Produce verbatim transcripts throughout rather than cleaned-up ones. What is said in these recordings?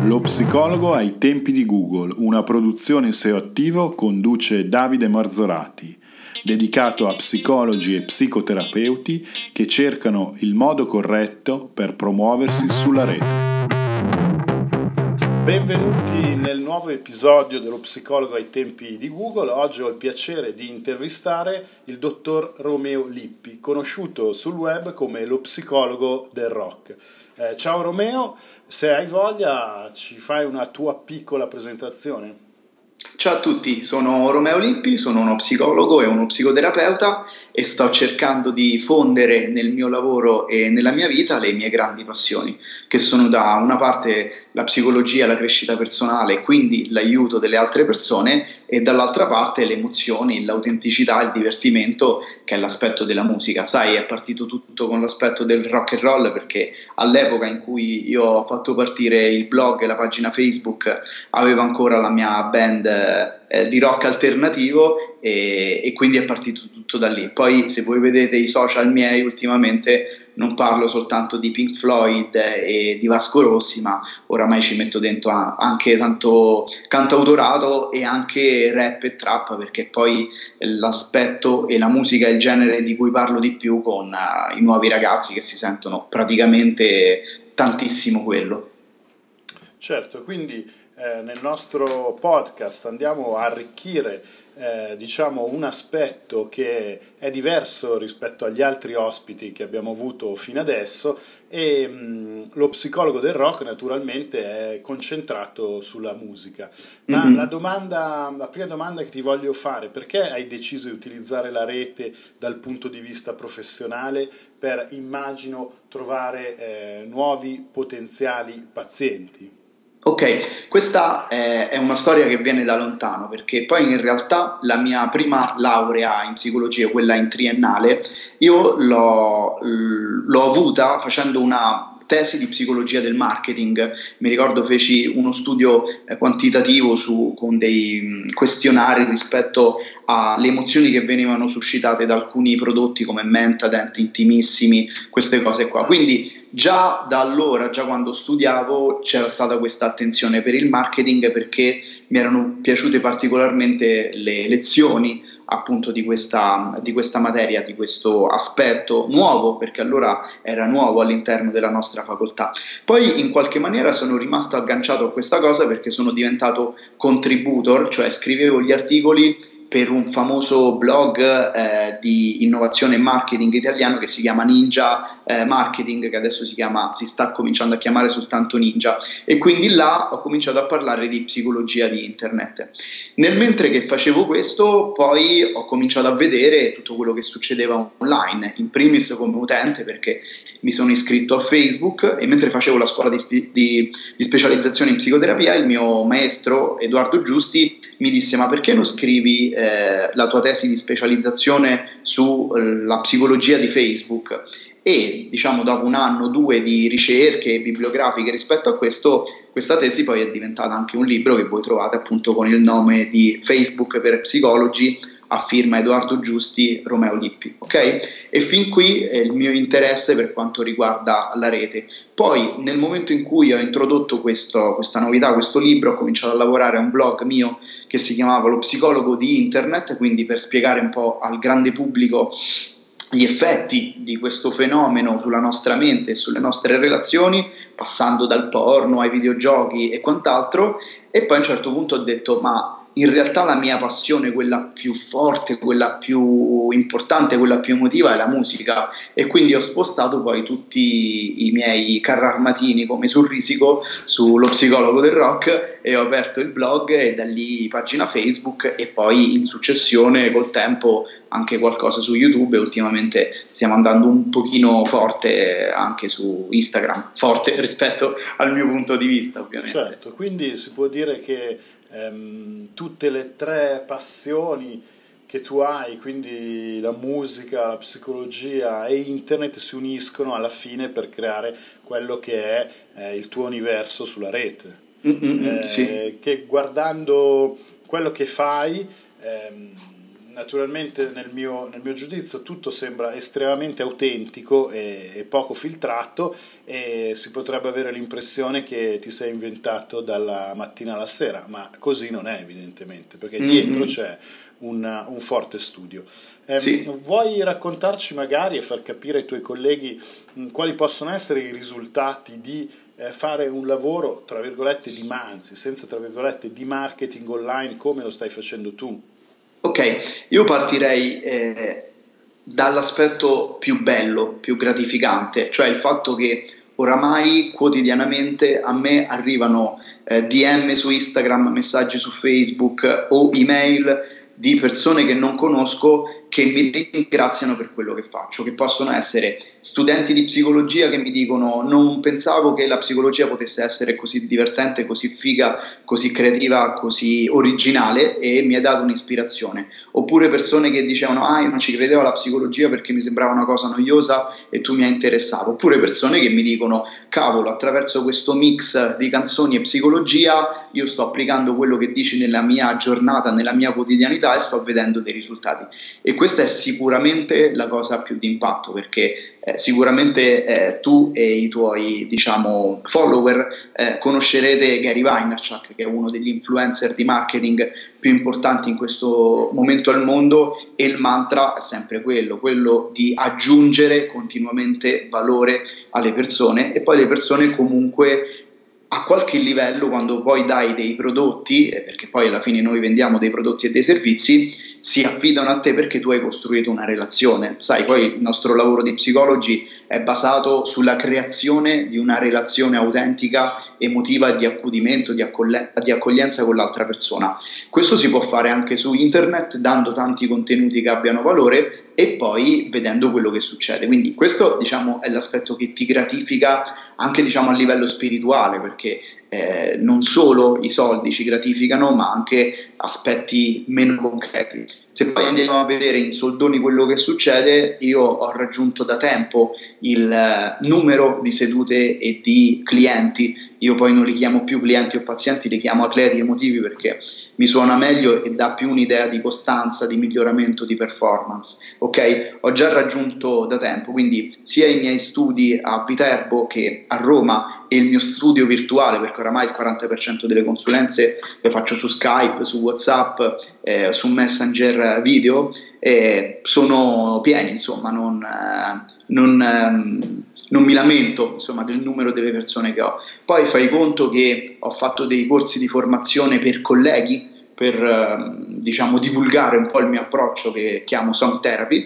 Lo psicologo ai tempi di Google, una produzione S E O attivo, conduce Davide Marzorati, dedicato a psicologi e psicoterapeuti che cercano il modo corretto per promuoversi sulla rete. Benvenuti nel nuovo episodio dello psicologo ai tempi di Google. Oggi ho il piacere di intervistare il dottor Romeo Lippi, conosciuto sul web come lo psicologo del rock. Eh, ciao Romeo, se hai voglia ci fai una tua piccola presentazione. Ciao a tutti, sono Romeo Lippi, sono uno psicologo e uno psicoterapeuta e sto cercando di fondere nel mio lavoro e nella mia vita le mie grandi passioni, che sono da una parte la psicologia, la crescita personale, quindi l'aiuto delle altre persone, e dall'altra parte le emozioni, l'autenticità, il divertimento, che è l'aspetto della musica. Sai, è partito tutto con l'aspetto del rock and roll, perché all'epoca in cui io ho fatto partire il blog e la pagina Facebook avevo ancora la mia band eh, di rock alternativo e, e quindi è partito tutto da lì. Poi se voi vedete i social miei ultimamente non parlo soltanto di Pink Floyd e di Vasco Rossi, ma oramai ci metto dentro anche tanto cantautorato e anche rap e trap, perché poi l'aspetto e la musica è il genere di cui parlo di più con uh, i nuovi ragazzi, che si sentono praticamente tantissimo quello. Certo, quindi eh, nel nostro podcast andiamo a arricchire eh, diciamo un aspetto che è diverso rispetto agli altri ospiti che abbiamo avuto fino adesso, e mh, lo psicologo del rock naturalmente è concentrato sulla musica. Ma mm-hmm. la domanda, la prima domanda che ti voglio fare: perché hai deciso di utilizzare la rete dal punto di vista professionale per, immagino, trovare eh, nuovi potenziali pazienti? Ok, questa è, è una storia che viene da lontano, perché poi in realtà la mia prima laurea in psicologia, quella in triennale, io l'ho, l'ho avuta facendo una tesi di psicologia del marketing. Mi ricordo feci uno studio eh, quantitativo su, con dei mh, questionari rispetto alle emozioni che venivano suscitate da alcuni prodotti come Mentadent, Intimissimi, queste cose qua. Quindi già da allora, già quando studiavo, c'era stata questa attenzione per il marketing, perché mi erano piaciute particolarmente le lezioni appunto di questa, di questa materia, di questo aspetto nuovo, perché allora era nuovo all'interno della nostra facoltà. Poi in qualche maniera sono rimasto agganciato a questa cosa, perché sono diventato contributor, cioè scrivevo gli articoli per un famoso blog eh, di innovazione e marketing italiano che si chiama Ninja eh, Marketing, che adesso si chiama, si sta cominciando a chiamare soltanto Ninja, e quindi là ho cominciato a parlare di psicologia di internet. Nel mentre che facevo questo, poi ho cominciato a vedere tutto quello che succedeva online, in primis come utente, perché mi sono iscritto a Facebook, e mentre facevo la scuola di, spe- di, di specializzazione in psicoterapia, il mio maestro Edoardo Giusti mi disse: ma perché non scrivi eh, la tua tesi di specializzazione sulla eh, psicologia di Facebook? E diciamo dopo un anno o due di ricerche bibliografiche rispetto a questo, questa tesi poi è diventata anche un libro che voi trovate appunto con il nome di Facebook per psicologi, a firma Edoardo Giusti, Romeo Lippi, ok? E fin qui è il mio interesse per quanto riguarda la rete. Poi nel momento in cui ho introdotto questo, questa novità, questo libro, ho cominciato a lavorare a un blog mio che si chiamava Lo psicologo di internet, quindi per spiegare un po' al grande pubblico gli effetti di questo fenomeno sulla nostra mente e sulle nostre relazioni, passando dal porno ai videogiochi e quant'altro. E poi a un certo punto ho detto: ma in realtà la mia passione, quella più forte, quella più importante, quella più emotiva, è la musica, e quindi ho spostato poi tutti i miei carri armatini come sul Risico sullo psicologo del rock, e ho aperto il blog e da lì pagina Facebook, e poi in successione col tempo anche qualcosa su YouTube, e ultimamente stiamo andando un pochino forte anche su Instagram, forte rispetto al mio punto di vista, ovviamente. Certo, quindi si può dire che ehm, tutte le tre passioni che tu hai, quindi la musica, la psicologia e internet, si uniscono alla fine per creare quello che è eh, il tuo universo sulla rete. Mm-hmm, eh, sì. Che guardando quello che fai ehm, naturalmente nel mio, nel mio giudizio tutto sembra estremamente autentico e, e poco filtrato, e si potrebbe avere l'impressione che ti sei inventato dalla mattina alla sera, ma così non è evidentemente, perché dietro Mm-hmm. c'è un, un forte studio. Eh, Sì. vuoi raccontarci magari e far capire ai tuoi colleghi mh, quali possono essere i risultati di eh, fare un lavoro, tra virgolette, di manzi, senza tra virgolette, di marketing online come lo stai facendo tu? Ok, io partirei eh, dall'aspetto più bello, più gratificante, cioè il fatto che oramai quotidianamente a me arrivano eh, D M su Instagram, messaggi su Facebook o email di persone che non conosco che mi ringraziano per quello che faccio, che possono essere studenti di psicologia che mi dicono non pensavo che la psicologia potesse essere così divertente, così figa, così creativa, così originale, e mi ha dato un'ispirazione, oppure persone che dicevano ah io non ci credevo alla psicologia perché mi sembrava una cosa noiosa e tu mi hai interessato, oppure persone che mi dicono cavolo, attraverso questo mix di canzoni e psicologia io sto applicando quello che dici nella mia giornata, nella mia quotidianità, e sto vedendo dei risultati. E questa è sicuramente la cosa più di impatto, perché eh, sicuramente eh, tu e i tuoi, diciamo, follower eh, conoscerete Gary Vaynerchuk, che è uno degli influencer di marketing più importanti in questo momento al mondo, e il mantra è sempre quello, quello di aggiungere continuamente valore alle persone, e poi le persone comunque a qualche livello, quando poi dai dei prodotti, perché poi alla fine noi vendiamo dei prodotti e dei servizi, si affidano a te perché tu hai costruito una relazione. Sai, poi il nostro lavoro di psicologi è basato sulla creazione di una relazione autentica, emotiva, di accudimento, di, accogli- di accoglienza con l'altra persona. Questo si può fare anche su internet, dando tanti contenuti che abbiano valore e poi vedendo quello che succede. Quindi questo, diciamo, è l'aspetto che ti gratifica anche, diciamo, a livello spirituale, perché eh, non solo i soldi ci gratificano, ma anche aspetti meno concreti. Se poi andiamo a vedere in soldoni quello che succede, io ho raggiunto da tempo il eh, numero di sedute e di clienti. Io poi non li chiamo più clienti o pazienti, li chiamo atleti emotivi, perché mi suona meglio e dà più un'idea di costanza, di miglioramento, di performance. Ok? Ho già raggiunto da tempo, quindi sia i miei studi a Viterbo che a Roma e il mio studio virtuale, perché oramai il quaranta per cento delle consulenze le faccio su Skype, su WhatsApp, eh, su Messenger video, eh, sono pieni, insomma, non, eh, non ehm, non mi lamento, insomma, del numero delle persone che ho. Poi fai conto che ho fatto dei corsi di formazione per colleghi per eh, diciamo divulgare un po' il mio approccio, che chiamo Song Therapy,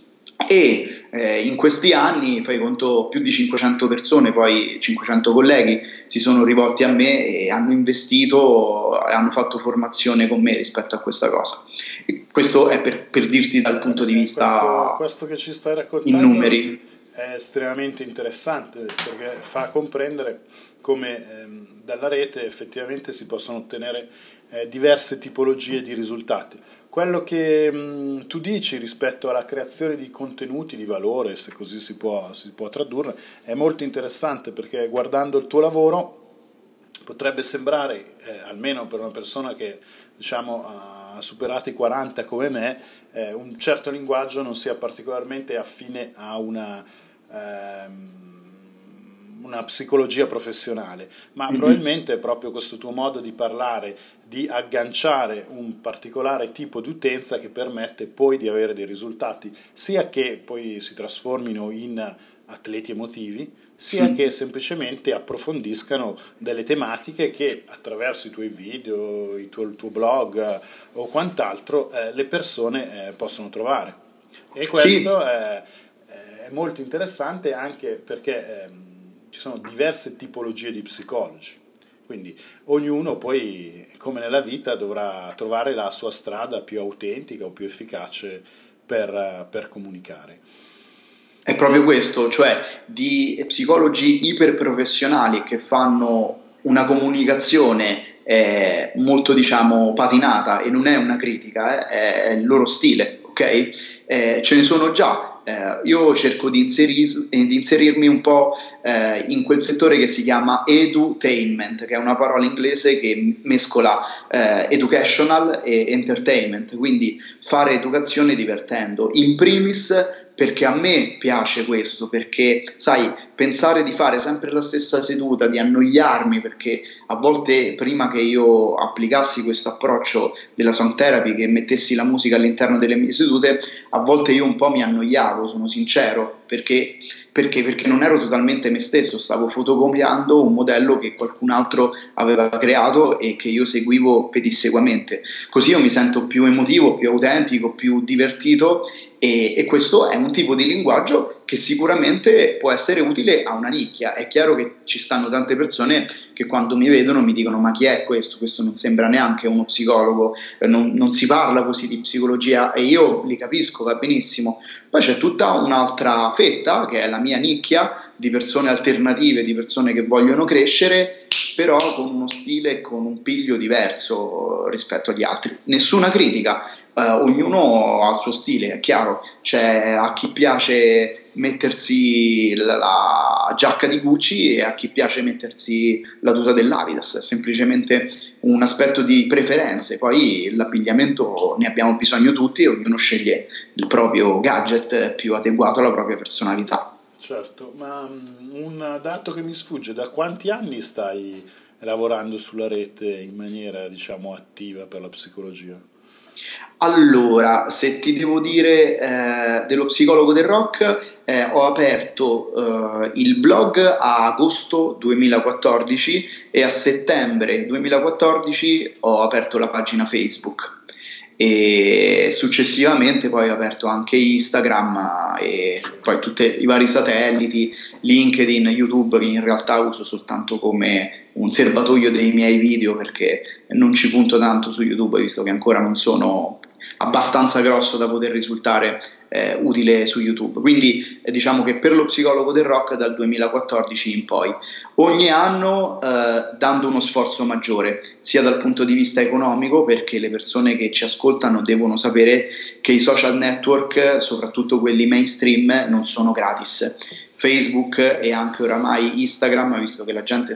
e eh, in questi anni fai conto più di cinquecento persone, poi cinquecento colleghi si sono rivolti a me e hanno investito, hanno fatto formazione con me rispetto a questa cosa. E questo è per, per dirti dal punto di vista questo, questo che ci stai raccontando in numeri. È estremamente interessante, perché fa comprendere come ehm, dalla rete effettivamente si possono ottenere eh, diverse tipologie di risultati. Quello che mh, tu dici rispetto alla creazione di contenuti di valore, se così si può, si può tradurre, è molto interessante, perché guardando il tuo lavoro potrebbe sembrare, eh, almeno per una persona che diciamo ha superato i quaranta come me, eh, un certo linguaggio non sia particolarmente affine a una, ehm, una psicologia professionale, ma mm-hmm. probabilmente è proprio questo tuo modo di parlare, di agganciare un particolare tipo di utenza, che permette poi di avere dei risultati, sia che poi si trasformino in atleti emotivi, sia che semplicemente approfondiscano delle tematiche che attraverso i tuoi video, il tuo, il tuo blog eh, o quant'altro eh, le persone eh, possono trovare. E questo sì. è, è molto interessante, anche perché eh, ci sono diverse tipologie di psicologi, quindi ognuno poi, come nella vita, dovrà trovare la sua strada più autentica o più efficace per, per comunicare. È proprio questo, cioè di psicologi iperprofessionali che fanno una comunicazione eh, molto, diciamo, patinata, e non è una critica, eh, è il loro stile, ok? Eh, ce ne sono già, eh, io cerco di, inserir- di inserirmi un po' eh, in quel settore che si chiama edutainment, che è una parola inglese che mescola eh, educational e entertainment, quindi fare educazione divertendo. In primis perché a me piace questo, perché sai, pensare di fare sempre la stessa seduta, di annoiarmi, perché a volte prima che io applicassi questo approccio della sound therapy, che mettessi la musica all'interno delle mie sedute, a volte io un po' mi annoiavo, sono sincero, perché, perché, perché non ero totalmente me stesso, stavo fotocopiando un modello che qualcun altro aveva creato e che io seguivo pedissequamente. Così io mi sento più emotivo, più autentico, più divertito. E, e questo è un tipo di linguaggio che sicuramente può essere utile a una nicchia. È chiaro che ci stanno tante persone che quando mi vedono mi dicono: ma chi è questo? Questo non sembra neanche uno psicologo, non, non si parla così di psicologia, e io li capisco, va benissimo. Poi c'è tutta un'altra fetta che è la mia nicchia di persone alternative, di persone che vogliono crescere, però con uno stile e con un piglio diverso rispetto agli altri. Nessuna critica, eh, ognuno ha il suo stile, è chiaro. C'è a chi piace mettersi la, la giacca di Gucci e a chi piace mettersi la tuta dell'Adidas, è semplicemente un aspetto di preferenze. Poi l'abbigliamento ne abbiamo bisogno tutti e ognuno sceglie il proprio gadget più adeguato alla propria personalità. Certo, ma un dato che mi sfugge: da quanti anni stai lavorando sulla rete in maniera, diciamo, attiva per la psicologia? Allora, se ti devo dire eh, dello psicologo del rock, eh, ho aperto eh, il blog a agosto duemilaquattordici e a settembre duemilaquattordici ho aperto la pagina Facebook, e successivamente poi ho aperto anche Instagram e poi tutti i vari satelliti, LinkedIn, YouTube, che in realtà uso soltanto come un serbatoio dei miei video, perché non ci punto tanto su YouTube, visto che ancora non sono abbastanza grosso da poter risultare eh, utile su YouTube. Quindi eh, diciamo che per lo psicologo del rock dal duemilaquattordici in poi, ogni anno eh, dando uno sforzo maggiore, sia dal punto di vista economico, perché le persone che ci ascoltano devono sapere che i social network, soprattutto quelli mainstream, non sono gratis. Facebook e anche oramai Instagram, visto che la gente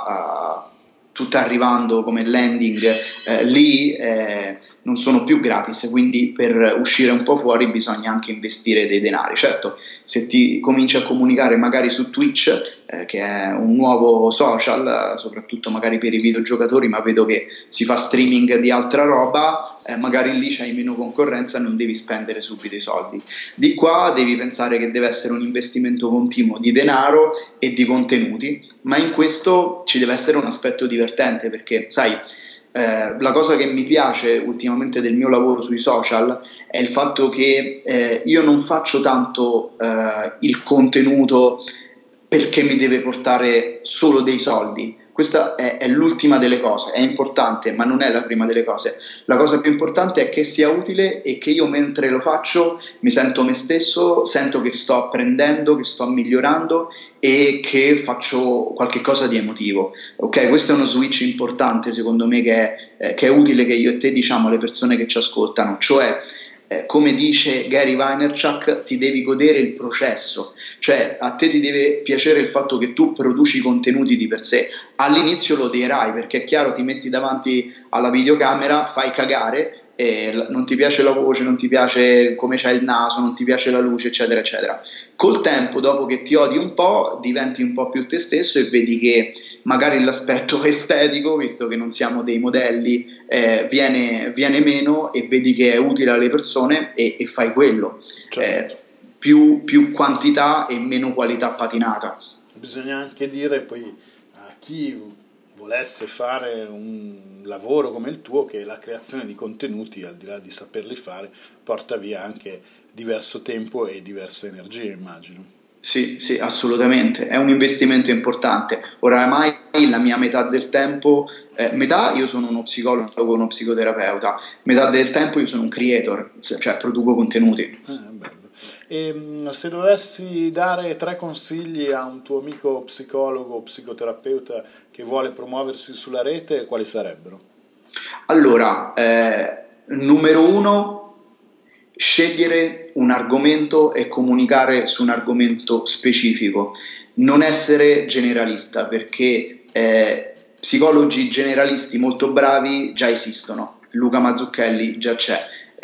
sta uh, tutta arrivando come landing eh, lì, eh, non sono più gratis, quindi per uscire un po' fuori bisogna anche investire dei denari. Certo, se ti cominci a comunicare magari su Twitch, eh, che è un nuovo social, soprattutto magari per i videogiocatori, ma vedo che si fa streaming di altra roba, eh, magari lì c'hai meno concorrenza e non devi spendere subito i soldi. Di qua devi pensare che deve essere un investimento continuo di denaro e di contenuti, ma in questo ci deve essere un aspetto divertente, perché sai, eh, la cosa che mi piace ultimamente del mio lavoro sui social è il fatto che eh, io non faccio tanto eh, il contenuto perché mi deve portare solo dei soldi. Questa è, è l'ultima delle cose, è importante, ma non è la prima delle cose. La cosa più importante è che sia utile e che io mentre lo faccio mi sento me stesso, sento che sto apprendendo, che sto migliorando e che faccio qualche cosa di emotivo. Ok, questo è uno switch importante secondo me, che è, eh, che è utile che io e te diciamo alle persone che ci ascoltano, cioè Eh, come dice Gary Vaynerchuk, ti devi godere il processo, cioè a te ti deve piacere il fatto che tu produci contenuti di per sé. All'inizio lo odierai, perché è chiaro, ti metti davanti alla videocamera, fai cagare, e non ti piace la voce, non ti piace come c'è il naso, non ti piace la luce, eccetera eccetera. Col tempo, dopo che ti odi un po', diventi un po' più te stesso e vedi che magari l'aspetto estetico, visto che non siamo dei modelli, eh, viene, viene meno, e vedi che è utile alle persone e, e fai quello. Certo. Eh, più, più quantità e meno qualità patinata. Bisogna anche dire poi a chi volesse fare un lavoro come il tuo che la creazione di contenuti, al di là di saperli fare, porta via anche diverso tempo e diverse energie, immagino. Sì, sì, assolutamente, è un investimento importante. Oramai la mia metà del tempo, eh, metà io sono uno psicologo, uno psicoterapeuta, metà del tempo io sono un creator, cioè produco contenuti. Eh, bello. E se dovessi dare tre consigli a un tuo amico psicologo o psicoterapeuta che vuole promuoversi sulla rete, quali sarebbero? Allora, eh, numero uno, scegliere un argomento e comunicare su un argomento specifico, non essere generalista, perché eh, psicologi generalisti molto bravi già esistono, Luca Mazzucchelli già c'è,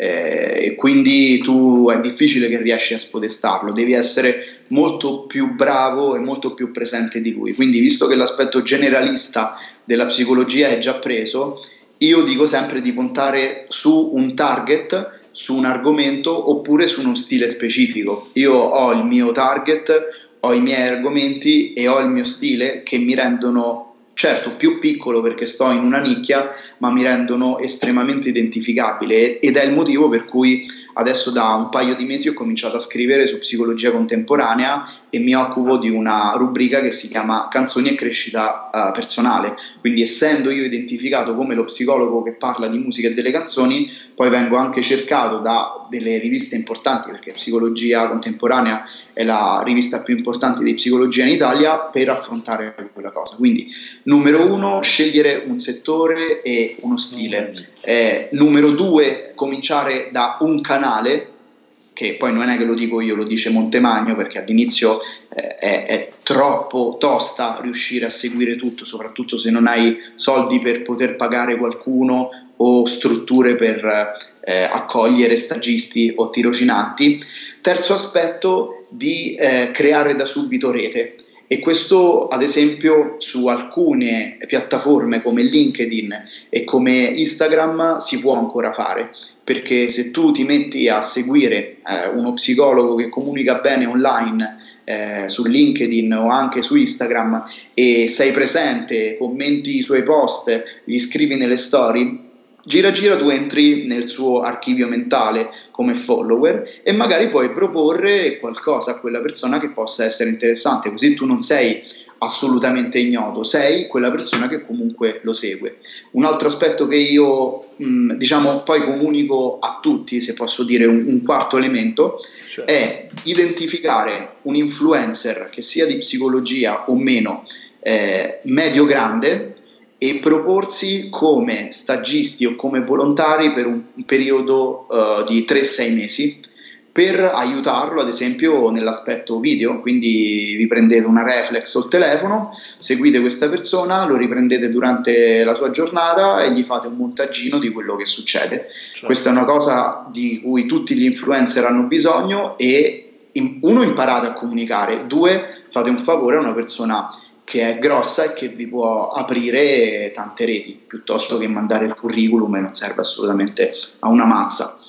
eh, e quindi tu è difficile che riesci a spodestarlo, devi essere molto più bravo e molto più presente di lui. Quindi, visto che l'aspetto generalista della psicologia è già preso, io dico sempre di puntare su un target, su un argomento oppure su uno stile specifico. Io ho il mio target, ho i miei argomenti e ho il mio stile che mi rendono, certo, più piccolo perché sto in una nicchia, ma mi rendono estremamente identificabile, ed è il motivo per cui adesso da un paio di mesi ho cominciato a scrivere su psicologia contemporanea e mi occupo di una rubrica che si chiama Canzoni e crescita uh, personale. Quindi, essendo io identificato come lo psicologo che parla di musica e delle canzoni, poi vengo anche cercato da delle riviste importanti, perché Psicologia Contemporanea è la rivista più importante di psicologia in Italia, per affrontare quella cosa. Quindi, numero uno, scegliere un settore e uno stile. Eh, numero due, cominciare da un canale, che poi non è che lo dico io, lo dice Montemagno, perché all'inizio eh, è, è troppo tosta riuscire a seguire tutto, soprattutto se non hai soldi per poter pagare qualcuno o strutture per eh, accogliere stagisti o tirocinanti. Terzo aspetto, di eh, creare da subito rete. E questo, ad esempio, su alcune piattaforme come LinkedIn e come Instagram si può ancora fare, perché se tu ti metti a seguire eh, uno psicologo che comunica bene online eh, su LinkedIn o anche su Instagram e sei presente, commenti i suoi post, gli scrivi nelle story, gira gira tu entri nel suo archivio mentale come follower e magari puoi proporre qualcosa a quella persona che possa essere interessante, così tu non sei assolutamente ignoto, sei quella persona che comunque lo segue. Un altro aspetto che io mh, diciamo poi comunico a tutti, se posso dire un, un quarto elemento, certo, è identificare un influencer che sia di psicologia o meno eh, medio grande, e proporsi come stagisti o come volontari per un periodo uh, di tre sei mesi, per aiutarlo ad esempio nell'aspetto video. Quindi vi prendete una reflex o il telefono, seguite questa persona, lo riprendete durante la sua giornata e gli fate un montaggino di quello che succede. Certo. Questa è una cosa di cui tutti gli influencer hanno bisogno, e in, uno, imparate a comunicare, due, fate un favore a una persona che è grossa e che vi può aprire tante reti, piuttosto che mandare il curriculum e non serve assolutamente a una mazza.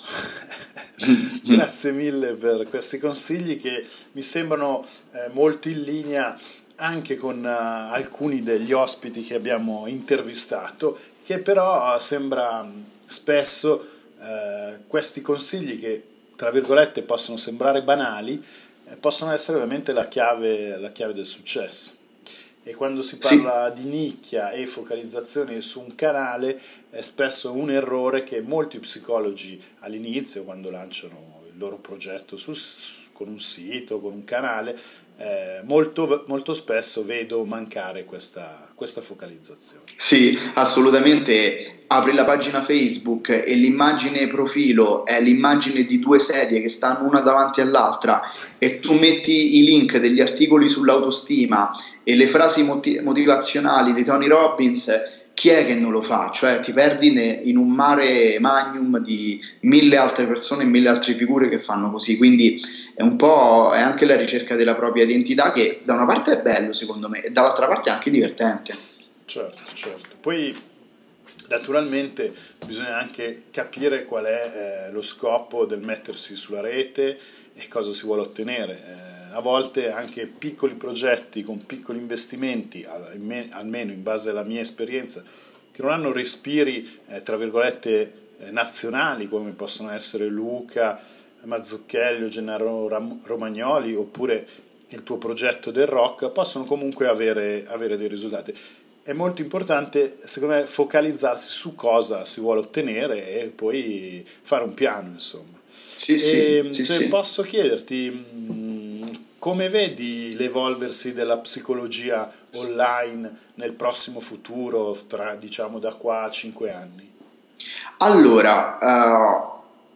Grazie mille per questi consigli che mi sembrano eh, molto in linea anche con uh, alcuni degli ospiti che abbiamo intervistato, che però uh, sembra spesso uh, questi consigli che tra virgolette possono sembrare banali eh, possono essere ovviamente la chiave, la chiave del successo. E quando si parla sì. di nicchia e focalizzazione su un canale, è spesso un errore che molti psicologi all'inizio, quando lanciano il loro progetto su, con un sito, con un canale, eh, molto, molto spesso vedo mancare questa, questa focalizzazione. Sì, assolutamente. Apri la pagina Facebook e l'immagine profilo è l'immagine di due sedie che stanno una davanti all'altra, e tu metti i link degli articoli sull'autostima e le frasi motiv- motivazionali di Tony Robbins. Chi è che non lo fa? Cioè ti perdi ne- in un mare magnum di mille altre persone e mille altre figure che fanno così. Quindi è un po' è anche la ricerca della propria identità, che da una parte è bello secondo me e dall'altra parte è anche divertente. Certo, certo. Poi naturalmente bisogna anche capire qual è eh, lo scopo del mettersi sulla rete e cosa si vuole ottenere. Eh, a volte anche piccoli progetti con piccoli investimenti, almeno in base alla mia esperienza, che non hanno respiri eh, tra virgolette eh, nazionali, come possono essere Luca Mazzucchelli o Gennaro Ram- Romagnoli, oppure il tuo progetto del rock, possono comunque avere, avere dei risultati. È molto importante, secondo me, focalizzarsi su cosa si vuole ottenere e poi fare un piano, insomma. Sì, e sì, se sì, posso chiederti, mh, come vedi l'evolversi della psicologia online nel prossimo futuro, tra, diciamo, da qua a cinque anni? Allora, uh,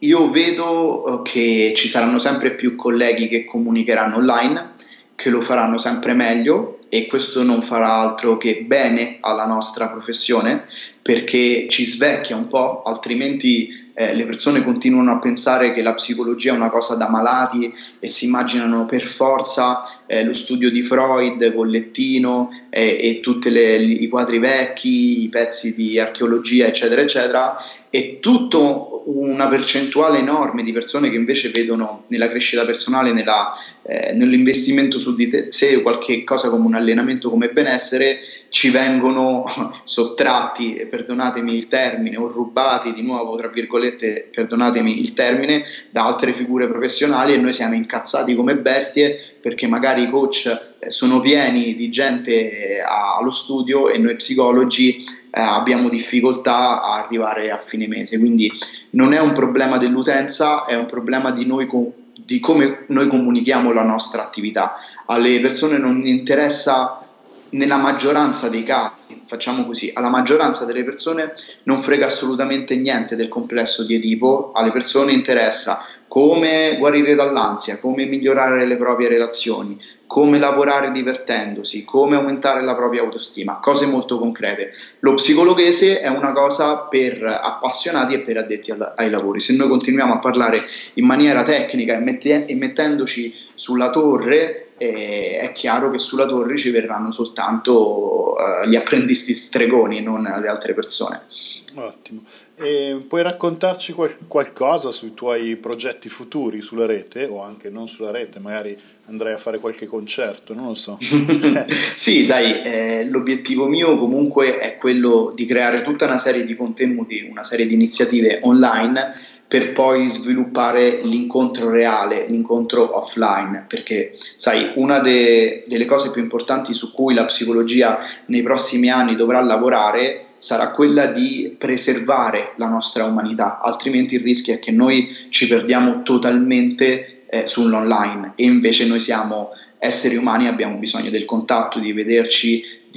io vedo che ci saranno sempre più colleghi che comunicheranno online, che lo faranno sempre meglio, e questo non farà altro che bene alla nostra professione, perché ci svecchia un po', altrimenti eh, le persone continuano a pensare che la psicologia è una cosa da malati e si immaginano per forza eh, lo studio di Freud con Lettino eh, e tutti i quadri vecchi, i pezzi di archeologia eccetera eccetera, e tutta una percentuale enorme di persone che invece vedono nella crescita personale, nella, eh, nell'investimento su di te, se qualche cosa come un allenamento come benessere, ci vengono sottratti, perdonatemi il termine, o rubati di nuovo tra virgolette, perdonatemi il termine, da altre figure professionali, e noi siamo incazzati come bestie perché magari i coach sono pieni di gente allo studio e noi psicologi Eh, abbiamo difficoltà a arrivare a fine mese. Quindi non è un problema dell'utenza, è un problema di noi com- di come noi comunichiamo la nostra attività. Alle persone non interessa, nella maggioranza dei casi, facciamo così, alla maggioranza delle persone non frega assolutamente niente del complesso di Edipo. Alle persone interessa come guarire dall'ansia, come migliorare le proprie relazioni, come lavorare divertendosi, come aumentare la propria autostima, cose molto concrete. Lo psicologhese è una cosa per appassionati e per addetti al, ai lavori. Se noi continuiamo a parlare in maniera tecnica e, mette, e mettendoci sulla torre, eh, è chiaro che sulla torre ci verranno soltanto eh, gli apprendisti stregoni, non le altre persone. Ottimo. E puoi raccontarci qual- qualcosa sui tuoi progetti futuri sulla rete, o anche non sulla rete, magari andrai a fare qualche concerto, non lo so. Sì, sai, eh, l'obiettivo mio comunque è quello di creare tutta una serie di contenuti, una serie di iniziative online, per poi sviluppare l'incontro reale, l'incontro offline, perché sai, una de- delle cose più importanti su cui la psicologia nei prossimi anni dovrà lavorare sarà quella di preservare la nostra umanità, altrimenti il rischio è che noi ci perdiamo totalmente eh, sull'online, e invece noi siamo esseri umani, abbiamo bisogno del contatto, di vederci,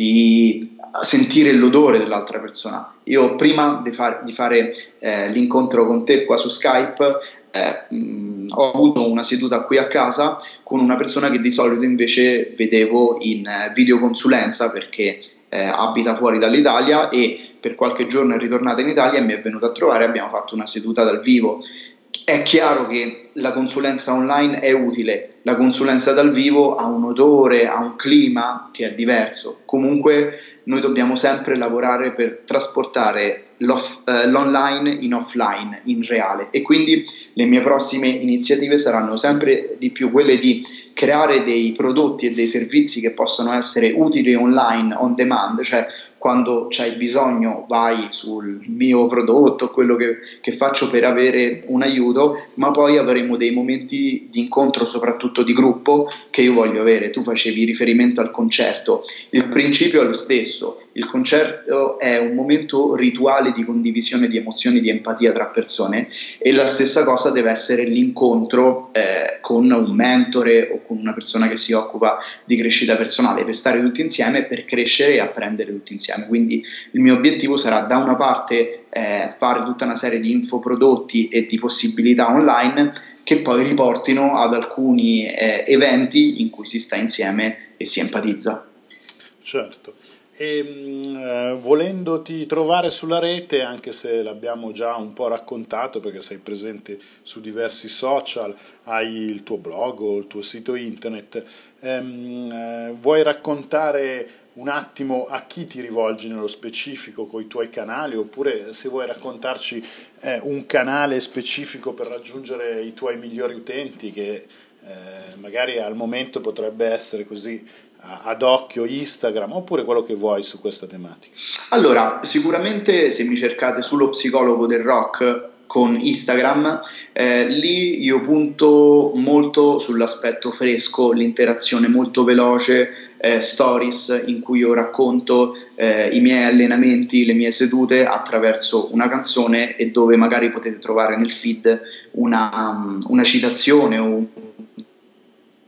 di sentire l'odore dell'altra persona. Io prima di, far, di fare eh, l'incontro con te qua su Skype eh, mh, ho avuto una seduta qui a casa con una persona che di solito invece vedevo in eh, videoconsulenza, perché Eh, abita fuori dall'Italia e per qualche giorno è ritornata in Italia e mi è venuta a trovare e abbiamo fatto una seduta dal vivo. È chiaro che la consulenza online è utile, la consulenza dal vivo ha un odore, ha un clima che è diverso. Comunque noi dobbiamo sempre lavorare per trasportare eh, l'online in offline, in reale, e quindi le mie prossime iniziative saranno sempre di più quelle di creare dei prodotti e dei servizi che possono essere utili online, on demand, cioè quando c'hai bisogno vai sul mio prodotto, quello che, che faccio per avere un aiuto, ma poi avremo dei momenti di incontro, soprattutto di gruppo, che io voglio avere. Tu facevi riferimento al concerto, il principio è lo stesso. Il concerto è un momento rituale di condivisione di emozioni, di empatia tra persone, e la stessa cosa deve essere l'incontro eh, con un mentore o con una persona che si occupa di crescita personale, per stare tutti insieme, per crescere e apprendere tutti insieme. Quindi il mio obiettivo sarà da una parte eh, fare tutta una serie di infoprodotti e di possibilità online che poi riportino ad alcuni eh, eventi in cui si sta insieme e si empatizza. Certo. E mh, volendoti trovare sulla rete, anche se l'abbiamo già un po' raccontato perché sei presente su diversi social, hai il tuo blog o il tuo sito internet, ehm, eh, vuoi raccontare un attimo a chi ti rivolgi nello specifico con i tuoi canali, oppure se vuoi raccontarci eh, un canale specifico per raggiungere i tuoi migliori utenti, che eh, magari al momento potrebbe essere così ad occhio Instagram, oppure quello che vuoi su questa tematica? Allora, sicuramente se mi cercate sullo psicologo del rock con Instagram, eh, lì io punto molto sull'aspetto fresco, l'interazione molto veloce, eh, stories in cui io racconto eh, i miei allenamenti, le mie sedute attraverso una canzone, e dove magari potete trovare nel feed una, una citazione o un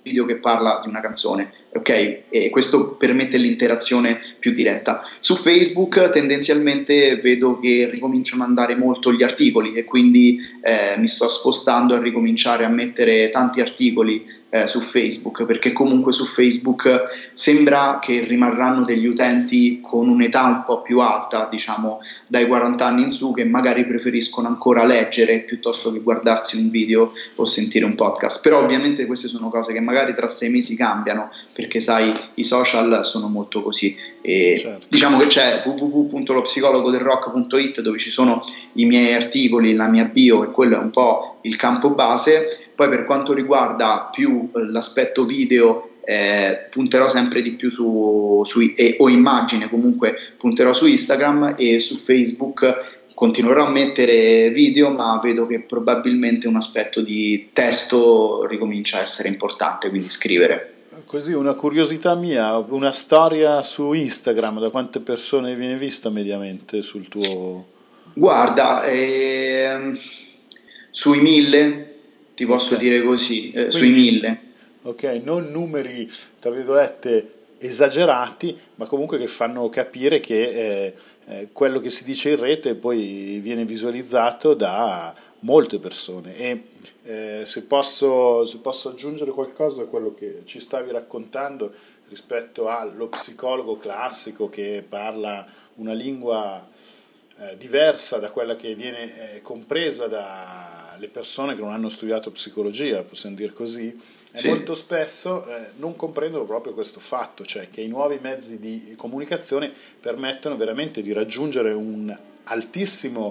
video che parla di una canzone, ok? E questo permette l'interazione più diretta. Su Facebook tendenzialmente vedo che ricominciano ad andare molto gli articoli e quindi eh, mi sto spostando a ricominciare a mettere tanti articoli Eh, su Facebook, perché comunque su Facebook sembra che rimarranno degli utenti con un'età un po' più alta, diciamo dai quaranta anni in su, che magari preferiscono ancora leggere piuttosto che guardarsi un video o sentire un podcast. Però ovviamente queste sono cose che magari tra sei mesi cambiano, perché sai, i social sono molto così. E certo. Diciamo che c'è w w w punto lo psicologo del rock punto it dove ci sono i miei articoli, la mia bio, e quello è un po' il campo base. Poi per quanto riguarda più eh, l'aspetto video, eh, punterò sempre di più su, su eh, o immagine, comunque punterò su Instagram, e su Facebook continuerò a mettere video, ma vedo che probabilmente un aspetto di testo ricomincia a essere importante, quindi scrivere. Così, una curiosità mia, una storia su Instagram, da quante persone viene vista mediamente sul tuo... Guarda, ehm, sui mille, ti posso okay. dire così, eh, Quindi, sui mille. Ok, non numeri, tra virgolette, esagerati, ma comunque che fanno capire che eh, eh, quello che si dice in rete poi viene visualizzato da molte persone. E eh, se posso, se posso aggiungere qualcosa a quello che ci stavi raccontando rispetto allo psicologo classico che parla una lingua eh, diversa da quella che viene eh, compresa dalle persone che non hanno studiato psicologia, possiamo dire così, e sì. molto spesso eh, non comprendono proprio questo fatto, cioè che i nuovi mezzi di comunicazione permettono veramente di raggiungere un altissimo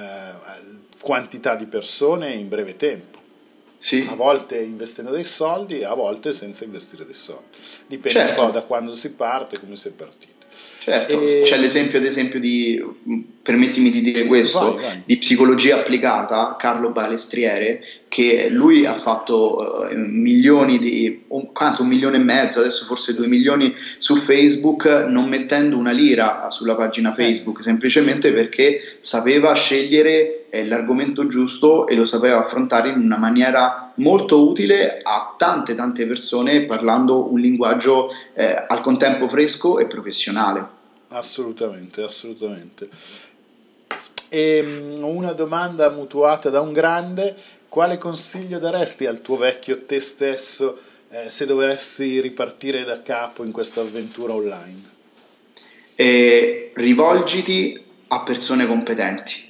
eh, quantità di persone in breve tempo. Sì. A volte investendo dei soldi, a volte senza investire dei soldi. Dipende certo. un po' da quando si parte, come si è partito. Certo, e... c'è l'esempio ad esempio di, permettimi di dire questo, vai, vai. di psicologia applicata, Carlo Balestriere, che lui ha fatto uh, milioni di, un, quanto, un milione e mezzo, adesso forse due milioni su Facebook, non mettendo una lira sulla pagina Facebook, semplicemente perché sapeva scegliere eh, l'argomento giusto e lo sapeva affrontare in una maniera molto utile a tante tante persone, parlando un linguaggio eh, al contempo fresco e professionale. Assolutamente, assolutamente. E una domanda mutuata da un grande: quale consiglio daresti al tuo vecchio te stesso eh, se dovessi ripartire da capo in questa avventura online? E rivolgiti a persone competenti,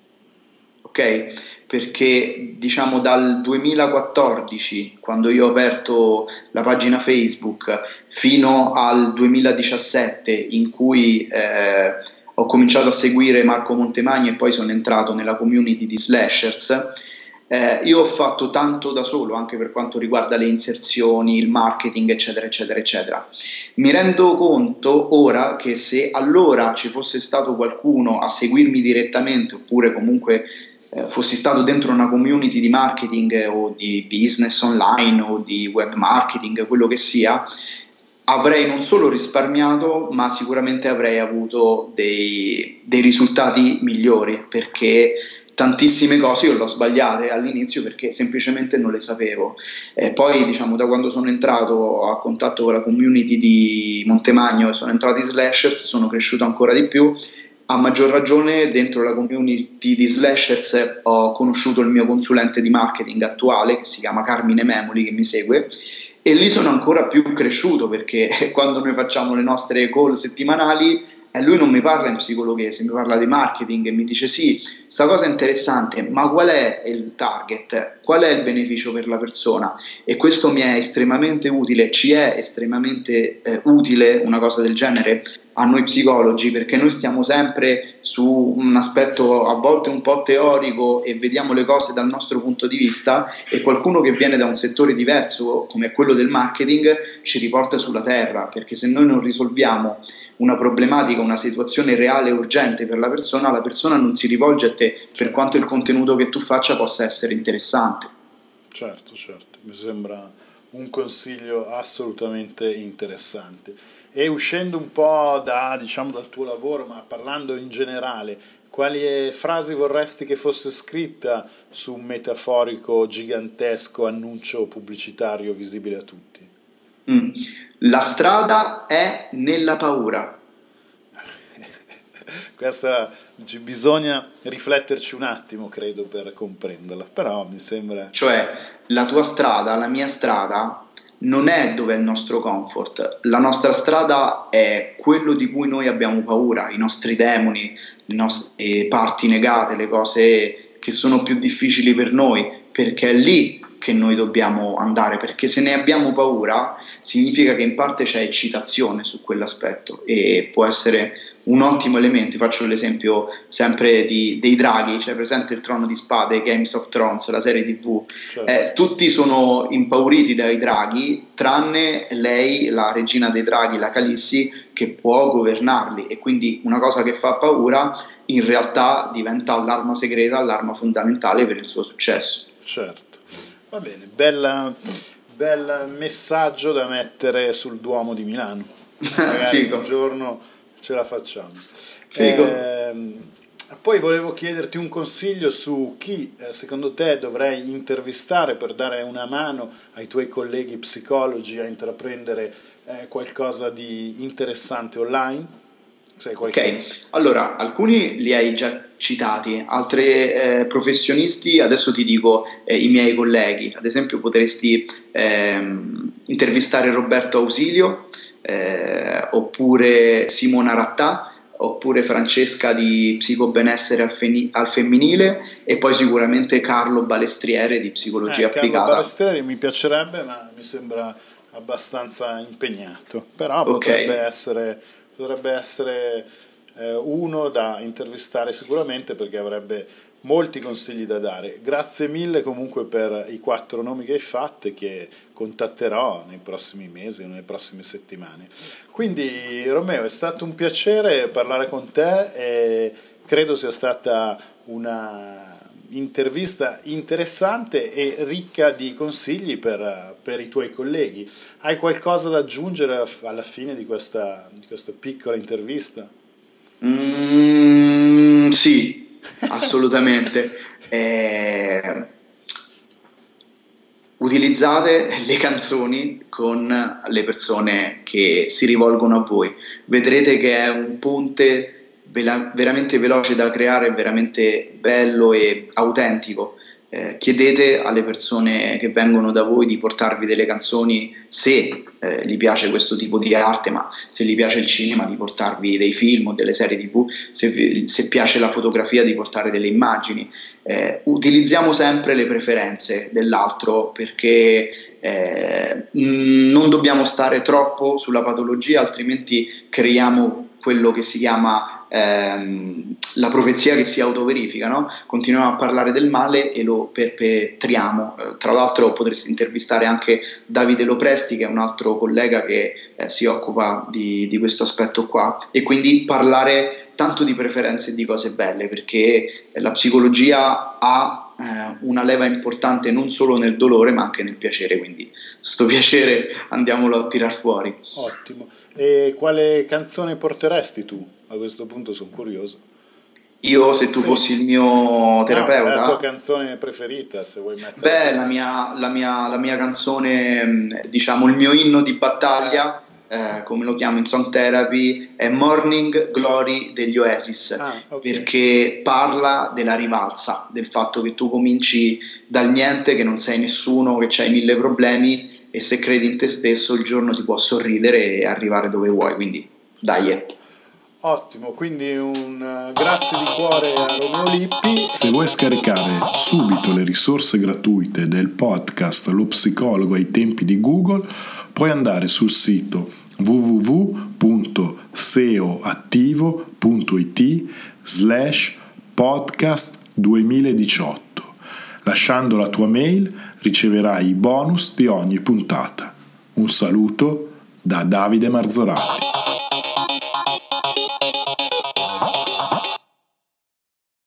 ok? Perché diciamo dal duemilaquattordici, quando io ho aperto la pagina Facebook, fino al duemiladiciassette, in cui eh, ho cominciato a seguire Marco Montemagni e poi sono entrato nella community di Slashers, eh, io ho fatto tanto da solo, anche per quanto riguarda le inserzioni, il marketing, eccetera, eccetera, eccetera. Mi rendo conto ora che se allora ci fosse stato qualcuno a seguirmi direttamente, oppure comunque fossi stato dentro una community di marketing o di business online o di web marketing, quello che sia, avrei non solo risparmiato, ma sicuramente avrei avuto dei, dei risultati migliori, perché tantissime cose io le ho sbagliate all'inizio perché semplicemente non le sapevo. E poi diciamo da quando sono entrato a contatto con la community di Montemagno e sono entrato in Slashers, sono cresciuto ancora di più. A maggior ragione dentro la community di Slashers ho conosciuto il mio consulente di marketing attuale, che si chiama Carmine Memoli, che mi segue, e lì sono ancora più cresciuto, perché quando noi facciamo le nostre call settimanali e lui non mi parla in psicologhese, mi parla di marketing e mi dice sì, sta cosa è interessante, ma qual è il target? Qual è il beneficio per la persona? E questo mi è estremamente utile, ci è estremamente eh, utile una cosa del genere a noi psicologi, perché noi stiamo sempre su un aspetto a volte un po' teorico e vediamo le cose dal nostro punto di vista, e qualcuno che viene da un settore diverso come quello del marketing ci riporta sulla terra, perché se noi non risolviamo una problematica, una situazione reale e urgente per la persona, la persona non si rivolge a te, per quanto il contenuto che tu faccia possa essere interessante. Certo, certo, mi sembra un consiglio assolutamente interessante. E uscendo un po' da, diciamo, dal tuo lavoro, ma parlando in generale, quali frasi vorresti che fosse scritta su un metaforico gigantesco annuncio pubblicitario visibile a tutti? Mm. La strada è nella paura. Questa bisogna rifletterci un attimo, credo, per comprenderla, però mi sembra... Cioè, la tua strada, la mia strada, non è dove è il nostro comfort. La nostra strada è quello di cui noi abbiamo paura, i nostri demoni, le nostre parti negate, le cose che sono più difficili per noi, perché è lì che noi dobbiamo andare, perché se ne abbiamo paura significa che in parte c'è eccitazione su quell'aspetto e può essere un ottimo elemento. Faccio l'esempio sempre di, dei draghi, cioè presente il Trono di Spade, Games of Thrones, la serie tv. Certo. Eh, tutti sono impauriti dai draghi tranne lei, la regina dei draghi, la Calissi, che può governarli, e quindi una cosa che fa paura in realtà diventa l'arma segreta, l'arma fondamentale per il suo successo. Certo, va bene, bella, bel messaggio da mettere sul Duomo di Milano, magari un giorno ce la facciamo. Eh, poi volevo chiederti un consiglio su chi eh, secondo te dovrei intervistare per dare una mano ai tuoi colleghi psicologi a intraprendere eh, qualcosa di interessante online. Ok, allora alcuni li hai già citati, altri eh, professionisti, adesso ti dico eh, i miei colleghi. Ad esempio potresti ehm, intervistare Roberto Ausilio, eh, oppure Simona Rattà, oppure Francesca di Psicobenessere al, feni- al femminile, e poi sicuramente Carlo Balestriere di Psicologia eh, Applicata. Carlo Balestriere mi piacerebbe, ma mi sembra abbastanza impegnato, però okay. potrebbe essere... potrebbe essere eh, uno da intervistare sicuramente, perché avrebbe molti consigli da dare. Grazie mille comunque per i quattro nomi che hai fatto e che contatterò nei prossimi mesi o nelle prossime settimane. Quindi Romeo, è stato un piacere parlare con te e credo sia stata una intervista interessante e ricca di consigli per, per i tuoi colleghi. Hai qualcosa da aggiungere alla fine di questa, di questa piccola intervista? Mm, sì, assolutamente. eh, utilizzate le canzoni con le persone che si rivolgono a voi. Vedrete che è un ponte vela- veramente veloce da creare, veramente bello e autentico. Eh, chiedete alle persone che vengono da voi di portarvi delle canzoni, se eh, gli piace questo tipo di arte, ma se gli piace il cinema, di portarvi dei film o delle serie tv, se, se piace la fotografia, di portare delle immagini. Eh, utilizziamo sempre le preferenze dell'altro, perché eh, non dobbiamo stare troppo sulla patologia, altrimenti creiamo quello che si chiama Ehm, la profezia che si autoverifica, no? Continuiamo a parlare del male e lo perpetriamo. Eh, tra l'altro potresti intervistare anche Davide Lopresti, che è un altro collega che eh, si occupa di, di questo aspetto qua, e quindi parlare tanto di preferenze e di cose belle, perché la psicologia ha eh, una leva importante non solo nel dolore ma anche nel piacere, quindi sto piacere andiamolo a tirar fuori. Ottimo. E quale canzone porteresti tu? A questo punto sono curioso. Io, se tu sì. fossi il mio terapeuta, no, la tua canzone preferita, se vuoi mettere. Beh, la mia, la, mia, la mia canzone, diciamo il mio inno di battaglia, eh, come lo chiamo in Song Therapy, è Morning Glory degli Oasis, ah, okay. perché parla della rivalsa, del fatto che tu cominci dal niente, che non sei nessuno, che c'hai mille problemi, e se credi in te stesso il giorno ti può sorridere e arrivare dove vuoi, quindi dai. Ottimo, quindi un uh, grazie di cuore a Romeo Lippi. Se vuoi scaricare subito le risorse gratuite del podcast Lo Psicologo ai tempi di Google, puoi andare sul sito w w w punto seoattivo punto it slash podcast duemiladiciotto. Lasciando la tua mail riceverai i bonus di ogni puntata. Un saluto da Davide Marzorati.